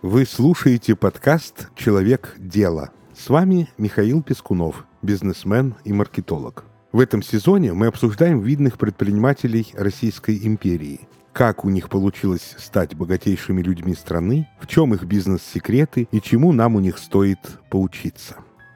Вы слушаете подкаст «Человек. Дело». С вами Михаил Пискунов, бизнесмен и маркетолог. В этом сезоне мы обсуждаем видных предпринимателей Российской империи. Как у них получилось стать богатейшими людьми страны, в чем их бизнес-секреты и чему нам у них стоит поучиться.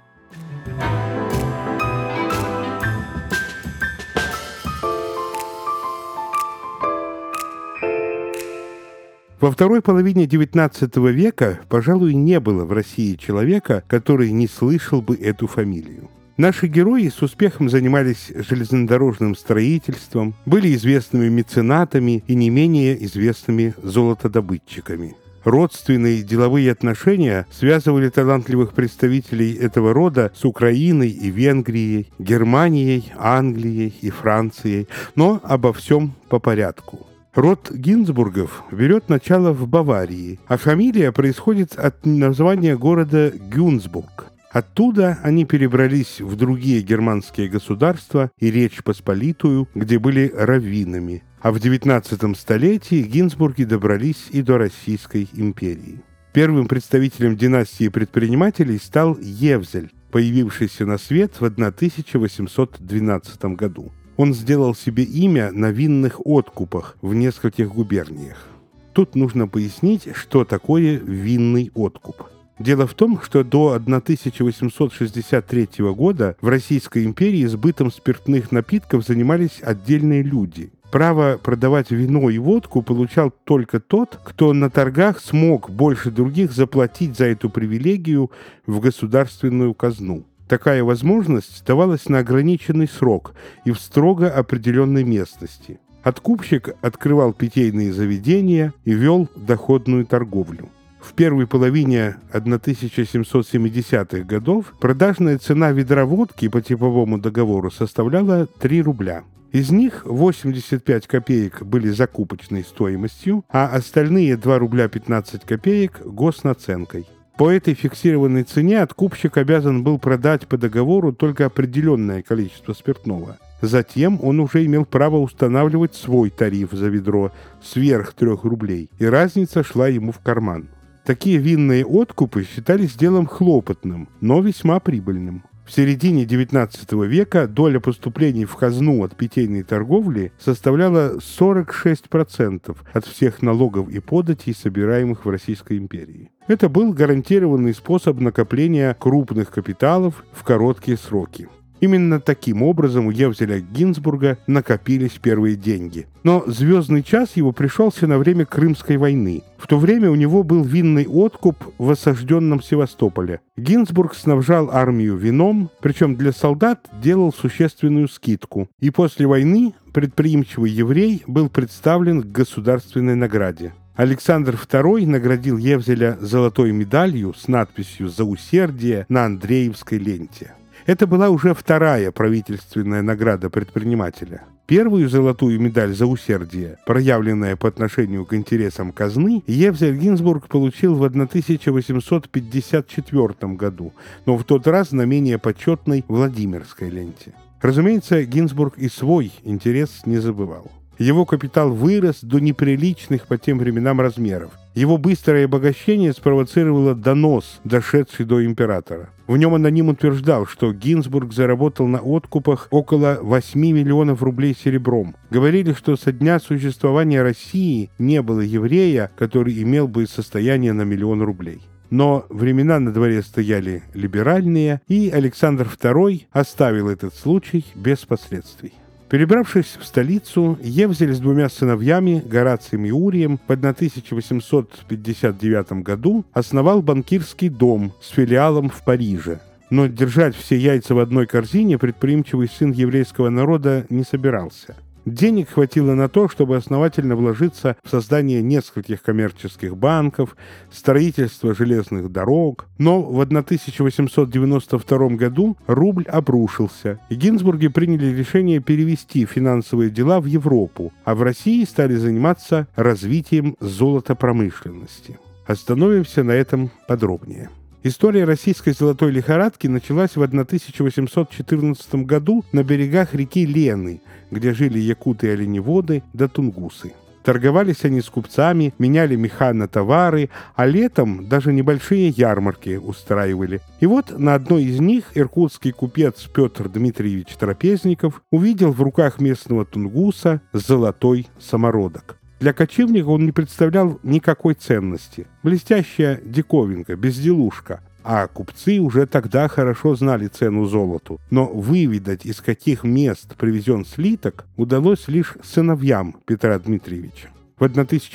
Во второй половине XIX века, пожалуй, не было в России человека, который не слышал бы эту фамилию. Наши герои с успехом занимались железнодорожным строительством, были известными меценатами и не менее известными золотодобытчиками. Родственные деловые отношения связывали талантливых представителей этого рода с Украиной и Венгрией, Германией, Англией и Францией, но обо всем по порядку. Род Гинзбургов берет начало в Баварии, а фамилия происходит от названия города Гюнсбург. Оттуда они перебрались в другие германские государства и Речь Посполитую, где были раввинами. А в XIX столетии Гинзбурги добрались и до Российской империи. Первым представителем династии предпринимателей стал Евзель, появившийся на свет в 1812 году. Он сделал себе имя на винных откупах в нескольких губерниях. Тут нужно пояснить, что такое винный откуп. Дело в том, что до 1863 года в Российской империи сбытом спиртных напитков занимались отдельные люди. Право продавать вино и водку получал только тот, кто на торгах смог больше других заплатить за эту привилегию в государственную казну. Такая возможность давалась на ограниченный срок и в строго определенной местности. Откупщик открывал питейные заведения и вел доходную торговлю. В первой половине 1770-х годов продажная цена ведра водки по типовому договору составляла 3 рубля. Из них 85 копеек были закупочной стоимостью, а остальные 2 рубля 15 копеек – госнаценкой. По этой фиксированной цене откупщик обязан был продать по договору только определенное количество спиртного. Затем он уже имел право устанавливать свой тариф за ведро сверх 3 рублей, и разница шла ему в карман. Такие винные откупы считались делом хлопотным, но весьма прибыльным. В середине XIX века доля поступлений в казну от питейной торговли составляла 46% от всех налогов и податей, собираемых в Российской империи. Это был гарантированный способ накопления крупных капиталов в короткие сроки. Именно таким образом у Евзеля Гинзбурга накопились первые деньги. Но звездный час его пришелся на время Крымской войны. В то время у него был винный откуп в осажденном Севастополе. Гинзбург снабжал армию вином, причем для солдат делал существенную скидку. И после войны предприимчивый еврей был представлен к государственной награде. Александр II наградил Евзеля золотой медалью с надписью «За усердие» на Андреевской ленте. Это была уже вторая правительственная награда предпринимателя. Первую золотую медаль за усердие, проявленная по отношению к интересам казны, Евзель Гинзбург получил в 1854 году, но в тот раз на менее почетной Владимирской ленте. Разумеется, Гинзбург и свой интерес не забывал. Его капитал вырос до неприличных по тем временам размеров. Его быстрое обогащение спровоцировало донос, дошедший до императора. В нем аноним утверждал, что Гинзбург заработал на откупах около 8 миллионов рублей серебром. Говорили, что со дня существования России не было еврея, который имел бы состояние на 1 000 000 рублей. Но времена на дворе стояли либеральные, и Александр II оставил этот случай без последствий. Перебравшись в столицу, Евзель с 2 сыновьями, Горацием и Урием, в 1859 году основал банкирский дом с филиалом в Париже. Но держать все яйца в одной корзине предприимчивый сын еврейского народа не собирался. Денег хватило на то, чтобы основательно вложиться в создание нескольких коммерческих банков, строительство железных дорог. Но в 1892 году рубль обрушился, и Гинзбурги приняли решение перевести финансовые дела в Европу, а в России стали заниматься развитием золотопромышленности. Остановимся на этом подробнее. История российской золотой лихорадки началась в 1814 году на берегах реки Лены, где жили якуты-оленеводы да тунгусы. Торговались они с купцами, меняли меха на товары, а летом даже небольшие ярмарки устраивали. И вот на одной из них иркутский купец Петр Дмитриевич Трапезников увидел в руках местного тунгуса золотой самородок. Для кочевника он не представлял никакой ценности. Блестящая диковинка, безделушка. А купцы уже тогда хорошо знали цену золоту. Но выведать, из каких мест привезен слиток, удалось лишь сыновьям Петра Дмитриевича. В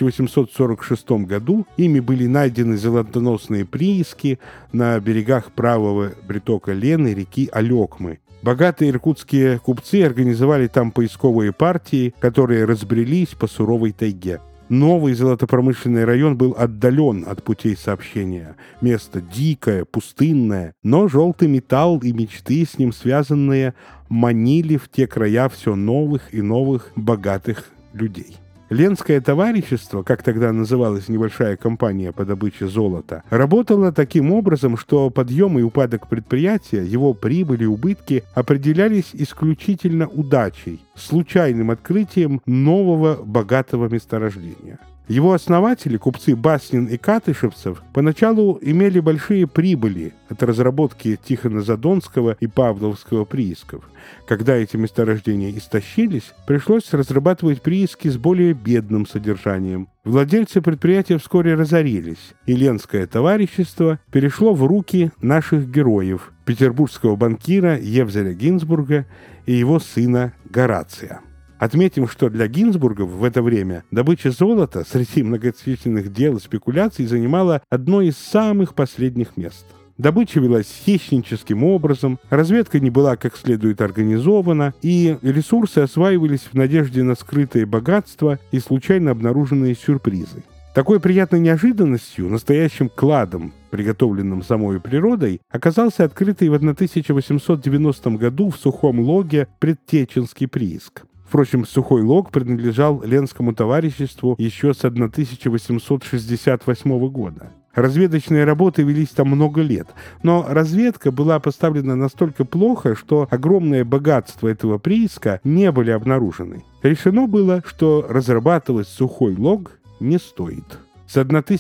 1846 году ими были найдены золотоносные прииски на берегах правого притока Лены реки Алекмы. Богатые иркутские купцы организовали там поисковые партии, которые разбрелись по суровой тайге. Новый золотопромышленный район был отдален от путей сообщения. Место дикое, пустынное, но желтый металл и мечты, с ним связанные, манили в те края все новых и новых богатых людей. Ленское товарищество, как тогда называлась небольшая компания по добыче золота, работало таким образом, что подъем и упадок предприятия, его прибыль и убытки определялись исключительно удачей, случайным открытием нового богатого месторождения. Его основатели, купцы Баснин и Катышевцев, поначалу имели большие прибыли от разработки Тихона-Задонского и Павловского приисков. Когда эти месторождения истощились, пришлось разрабатывать прииски с более бедным содержанием. Владельцы предприятия вскоре разорились, и Ленское товарищество перешло в руки наших героев, петербургского банкира Евзеля Гинзбурга и его сына Горация. Отметим, что для Гинзбургов в это время добыча золота среди многочисленных дел и спекуляций занимала одно из самых последних мест. Добыча велась хищническим образом, разведка не была как следует организована, и ресурсы осваивались в надежде на скрытые богатства и случайно обнаруженные сюрпризы. Такой приятной неожиданностью, настоящим кладом, приготовленным самой природой, оказался открытый в 1890 году в Сухом Логе Предтеченский прииск. Впрочем, Сухой Лог принадлежал Ленскому товариществу еще с 1868 года. Разведочные работы велись там много лет, но разведка была поставлена настолько плохо, что огромное богатство этого прииска не были обнаружены. Решено было, что разрабатывать Сухой Лог не стоит. С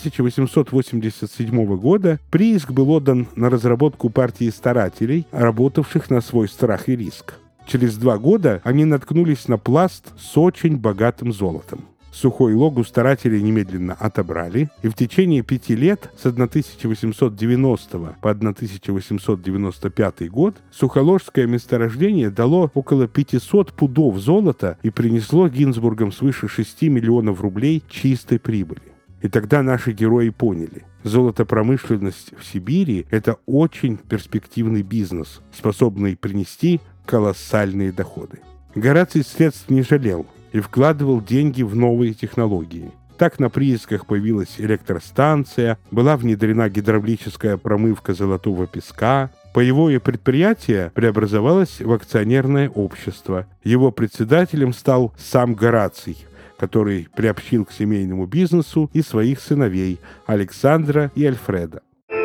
1887 года прииск был отдан на разработку партии старателей, работавших на свой страх и риск. Через 2 года они наткнулись на пласт с очень богатым золотом. Сухой Лог у старателей немедленно отобрали, и в течение 5 лет, с 1890 по 1895 год, Сухоложское месторождение дало около 500 пудов золота и принесло Гинзбургам свыше 6 миллионов рублей чистой прибыли. И тогда наши герои поняли, золотопромышленность в Сибири – это очень перспективный бизнес, способный принести колоссальные доходы. Гораций средств не жалел и вкладывал деньги в новые технологии. Так на приисках появилась электростанция, была внедрена гидравлическая промывка золотого песка. Паевое предприятие преобразовалось в акционерное общество. Его председателем стал сам Гораций, который приобщил к семейному бизнесу и своих сыновей Александра и Альфреда.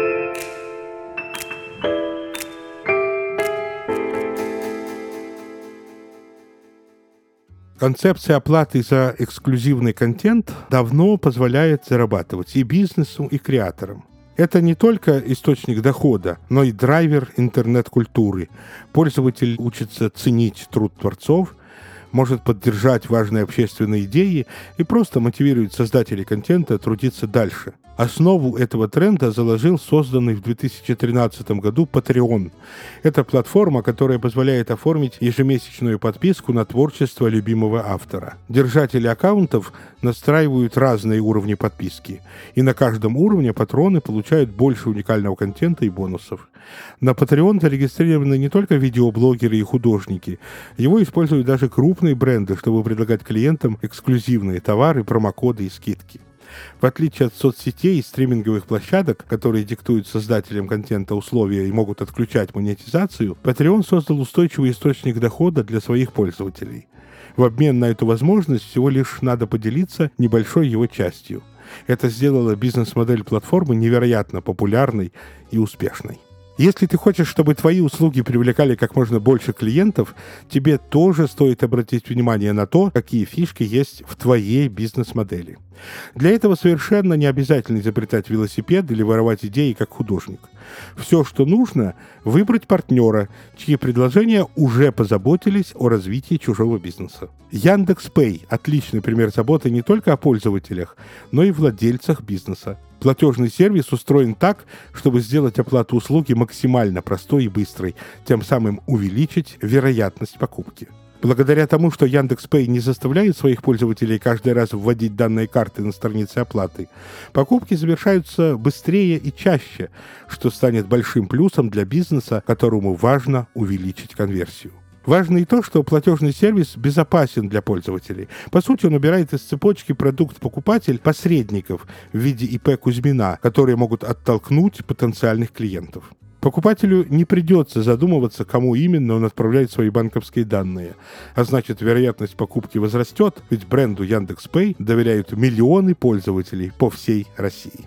Концепция оплаты за эксклюзивный контент давно позволяет зарабатывать и бизнесу, и креаторам. Это не только источник дохода, но и драйвер интернет-культуры. Пользователь учится ценить труд творцов, может поддержать важные общественные идеи и просто мотивирует создателей контента трудиться дальше. Основу этого тренда заложил созданный в 2013 году Patreon. Это платформа, которая позволяет оформить ежемесячную подписку на творчество любимого автора. Держатели аккаунтов настраивают разные уровни подписки, и на каждом уровне патроны получают больше уникального контента и бонусов. На Patreon зарегистрированы не только видеоблогеры и художники, его используют даже крупные бренды, чтобы предлагать клиентам эксклюзивные товары, промокоды и скидки. В отличие от соцсетей и стриминговых площадок, которые диктуют создателям контента условия и могут отключать монетизацию, Patreon создал устойчивый источник дохода для своих пользователей. В обмен на эту возможность всего лишь надо поделиться небольшой его частью. Это сделало бизнес-модель платформы невероятно популярной и успешной. Если ты хочешь, чтобы твои услуги привлекали как можно больше клиентов, тебе тоже стоит обратить внимание на то, какие фишки есть в твоей бизнес-модели. Для этого совершенно не обязательно изобретать велосипед или воровать идеи как художник. Все, что нужно, выбрать партнера, чьи предложения уже позаботились о развитии чужого бизнеса. Яндекс.Пэй – отличный пример заботы не только о пользователях, но и владельцах бизнеса. Платежный сервис устроен так, чтобы сделать оплату услуги максимально простой и быстрой, тем самым увеличить вероятность покупки. Благодаря тому, что Яндекс.Пэй не заставляет своих пользователей каждый раз вводить данные карты на странице оплаты, покупки завершаются быстрее и чаще, что станет большим плюсом для бизнеса, которому важно увеличить конверсию. Важно и то, что платежный сервис безопасен для пользователей. По сути, он убирает из цепочки продукт-покупатель посредников в виде ИП Кузьмина, которые могут оттолкнуть потенциальных клиентов. Покупателю не придется задумываться, кому именно он отправляет свои банковские данные. А значит, вероятность покупки возрастет, ведь бренду Яндекс.Пэй доверяют миллионы пользователей по всей России.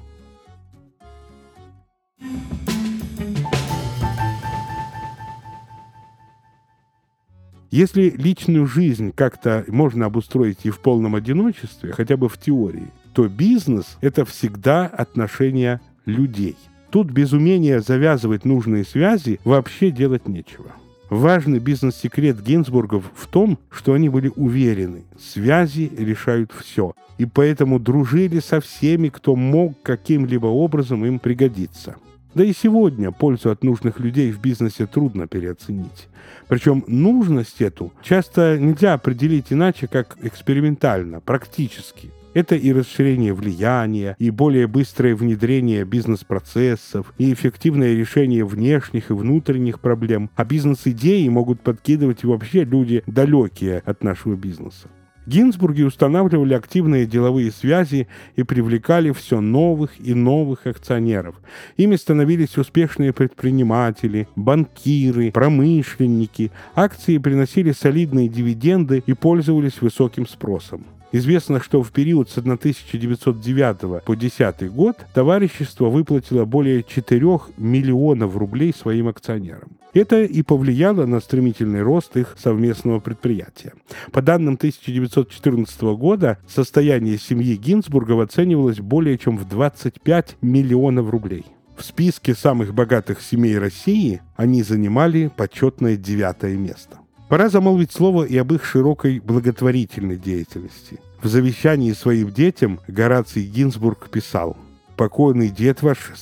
Если личную жизнь как-то можно обустроить и в полном одиночестве, хотя бы в теории, то бизнес – это всегда отношения людей. Тут без умения завязывать нужные связи вообще делать нечего. Важный бизнес-секрет Гинзбургов в том, что они были уверены, связи решают все, и поэтому дружили со всеми, кто мог каким-либо образом им пригодиться. Да и сегодня пользу от нужных людей в бизнесе трудно переоценить. Причем нужность эту часто нельзя определить иначе, как экспериментально, практически. Это и расширение влияния, и более быстрое внедрение бизнес-процессов, и эффективное решение внешних и внутренних проблем. А бизнес-идеи могут подкидывать и вообще люди, далекие от нашего бизнеса. Гинзбурги устанавливали активные деловые связи и привлекали все новых и новых акционеров. Ими становились успешные предприниматели, банкиры, промышленники. Акции приносили солидные дивиденды и пользовались высоким спросом. Известно, что в период с 1909 по 2010 год товарищество выплатило более 4 миллионов рублей своим акционерам. Это и повлияло на стремительный рост их совместного предприятия. По данным 1914 года, состояние семьи Гинзбургов оценивалось более чем в 25 миллионов рублей. В списке самых богатых семей России они занимали почетное 9 место. Пора замолвить слово и об их широкой благотворительной деятельности. В завещании своим детям Гораций Гинзбург писал: «Покойный дед ваш с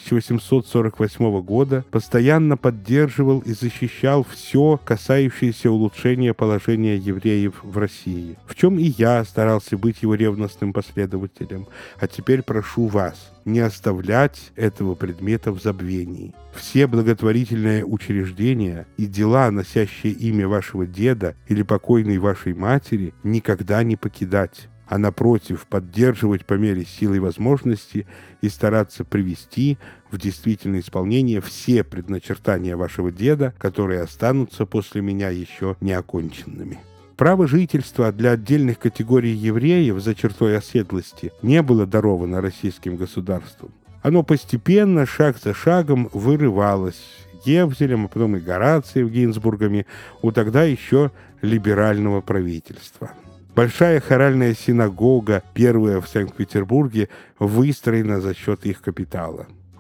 1848 года постоянно поддерживал и защищал все, касающееся улучшения положения евреев в России, в чем и я старался быть его ревностным последователем. А теперь прошу вас не оставлять этого предмета в забвении. Все благотворительные учреждения и дела, носящие имя вашего деда или покойной вашей матери, никогда не покидать, а напротив, поддерживать по мере сил и возможности и стараться привести в действительное исполнение все предначертания вашего деда, которые останутся после меня еще неоконченными». Право жительства для отдельных категорий евреев за чертой оседлости не было даровано российским государством. Оно постепенно, шаг за шагом, вырывалось Гевзелем, а потом и Горацием Гинзбургами у тогда еще либерального правительства. Большая хоральная синагога, первая в Санкт-Петербурге, выстроена за счет их капитала. В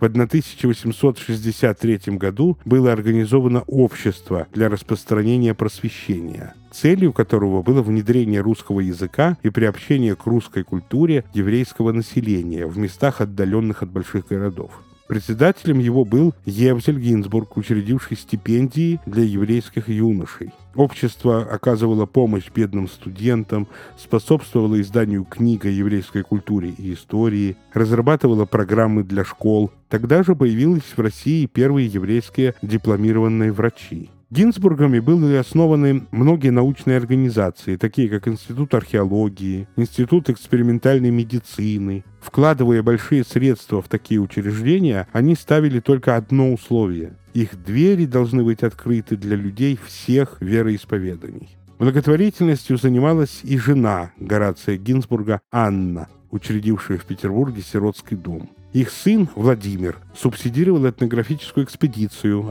1863 году было организовано общество для распространения просвещения, целью которого было внедрение русского языка и приобщение к русской культуре еврейского населения в местах, отдаленных от больших городов. Председателем его был Евзель Гинзбург, учредивший стипендии для еврейских юношей. Общество оказывало помощь бедным студентам, способствовало изданию книг о еврейской культуре и истории, разрабатывало программы для школ. Тогда же появились в России первые еврейские дипломированные врачи. Гинзбургами были основаны многие научные организации, такие как Институт археологии, Институт экспериментальной медицины. Вкладывая большие средства в такие учреждения, они ставили только одно условие – их двери должны быть открыты для людей всех вероисповеданий. Благотворительностью занималась и жена Горация Гинзбурга Анна, учредившая в Петербурге сиротский дом. Их сын Владимир субсидировал этнографическую экспедицию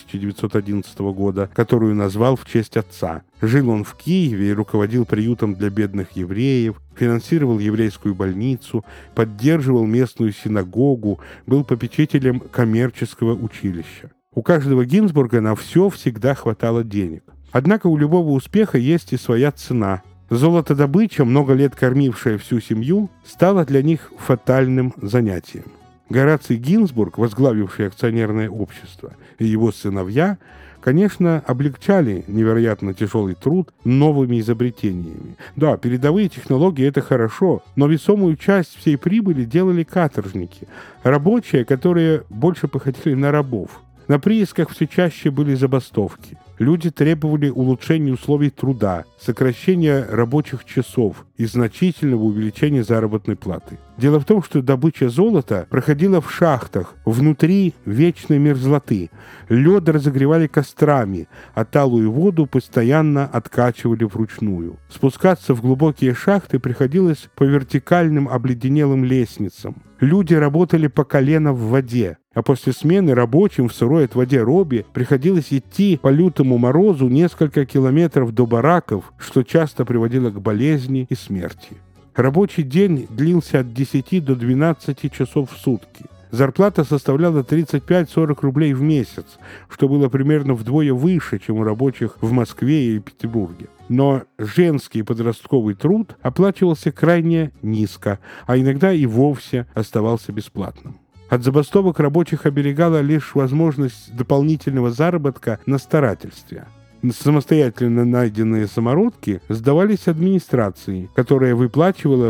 1911 года, которую назвал в честь отца. Жил он в Киеве и руководил приютом для бедных евреев, финансировал еврейскую больницу, поддерживал местную синагогу, был попечителем коммерческого училища. У каждого Гинзбурга на все всегда хватало денег. Однако у любого успеха есть и своя цена. Золотодобыча, много лет кормившая всю семью, стала для них фатальным занятием. Гораций Гинзбург, возглавивший акционерное общество, и его сыновья, конечно, облегчали невероятно тяжелый труд новыми изобретениями. Да, передовые технологии – это хорошо, но весомую часть всей прибыли делали каторжники, рабочие, которые больше походили на рабов. На приисках все чаще были забастовки. Люди требовали улучшения условий труда, сокращения рабочих часов и значительного увеличения заработной платы. Дело в том, что добыча золота проходила в шахтах, внутри вечной мерзлоты. Лед разогревали кострами, а талую воду постоянно откачивали вручную. Спускаться в глубокие шахты приходилось по вертикальным обледенелым лестницам. Люди работали по колено в воде, а после смены рабочим в сырой от воде робе приходилось идти по лютому морозу несколько километров до бараков, что часто приводило к болезни и смерти. Рабочий день длился от 10 до 12 часов в сутки. Зарплата составляла 35-40 рублей в месяц, что было примерно вдвое выше, чем у рабочих в Москве и Петербурге. Но женский подростковый труд оплачивался крайне низко, а иногда и вовсе оставался бесплатным. От забастовок рабочих оберегала лишь возможность дополнительного заработка на старательстве. Самостоятельно найденные самородки сдавались администрации, которая выплачивала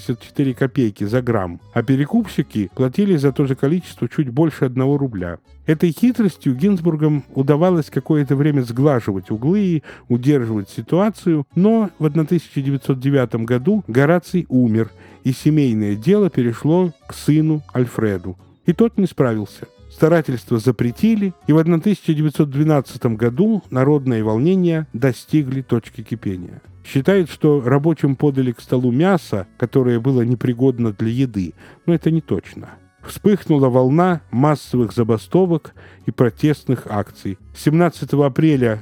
84 копейки за грамм, а перекупщики платили за то же количество чуть больше 1 рубля. Этой хитростью Гинзбургам удавалось какое-то время сглаживать углы и удерживать ситуацию, но в 1909 году Гораций умер, и семейное дело перешло к сыну Альфреду. И тот не справился. Старательства запретили, и в 1912 году народные волнения достигли точки кипения. Считают, что рабочим подали к столу мясо, которое было непригодно для еды, но это не точно. Вспыхнула волна массовых забастовок и протестных акций. 17 апреля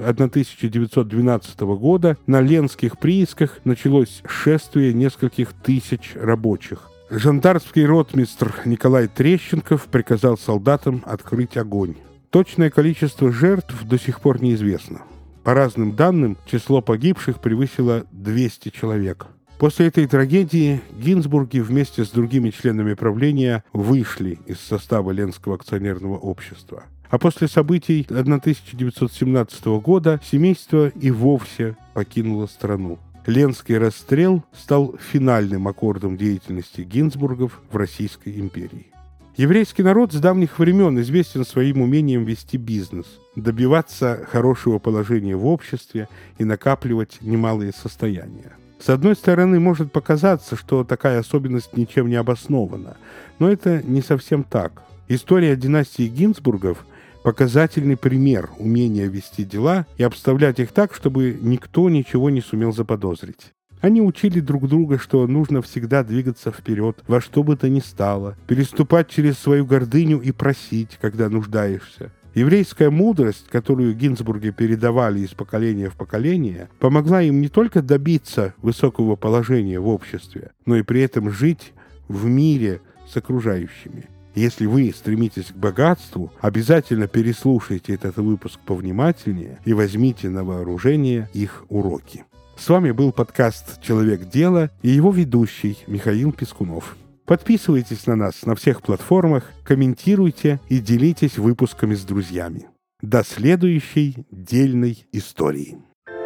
1912 года на ленских приисках началось шествие нескольких тысяч рабочих. Жандармский ротмистр Николай Трещенков приказал солдатам открыть огонь. Точное количество жертв до сих пор неизвестно. По разным данным, число погибших превысило 200 человек. После этой трагедии Гинзбурги вместе с другими членами правления вышли из состава Ленского акционерного общества. А после событий 1917 года семейство и вовсе покинуло страну. Ленский расстрел стал финальным аккордом деятельности Гинзбургов в Российской империи. Еврейский народ с давних времен известен своим умением вести бизнес, добиваться хорошего положения в обществе и накапливать немалые состояния. С одной стороны, может показаться, что такая особенность ничем не обоснована, но это не совсем так. История династии Гинзбургов – показательный пример умения вести дела и обставлять их так, чтобы никто ничего не сумел заподозрить. Они учили друг друга, что нужно всегда двигаться вперед, во что бы то ни стало, переступать через свою гордыню и просить, когда нуждаешься. Еврейская мудрость, которую Гинзбурги передавали из поколения в поколение, помогла им не только добиться высокого положения в обществе, но и при этом жить в мире с окружающими. Если вы стремитесь к богатству, обязательно переслушайте этот выпуск повнимательнее и возьмите на вооружение их уроки. С вами был подкаст «Человек дела» и его ведущий Михаил Пискунов. Подписывайтесь на нас на всех платформах, комментируйте и делитесь выпусками с друзьями. До следующей дельной истории.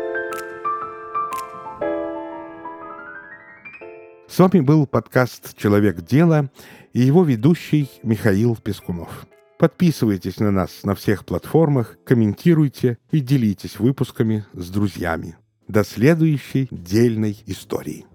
С вами был подкаст «Человек дела» и его ведущий Михаил Пискунов. Подписывайтесь на нас на всех платформах, комментируйте и делитесь выпусками с друзьями. До следующей дельной истории.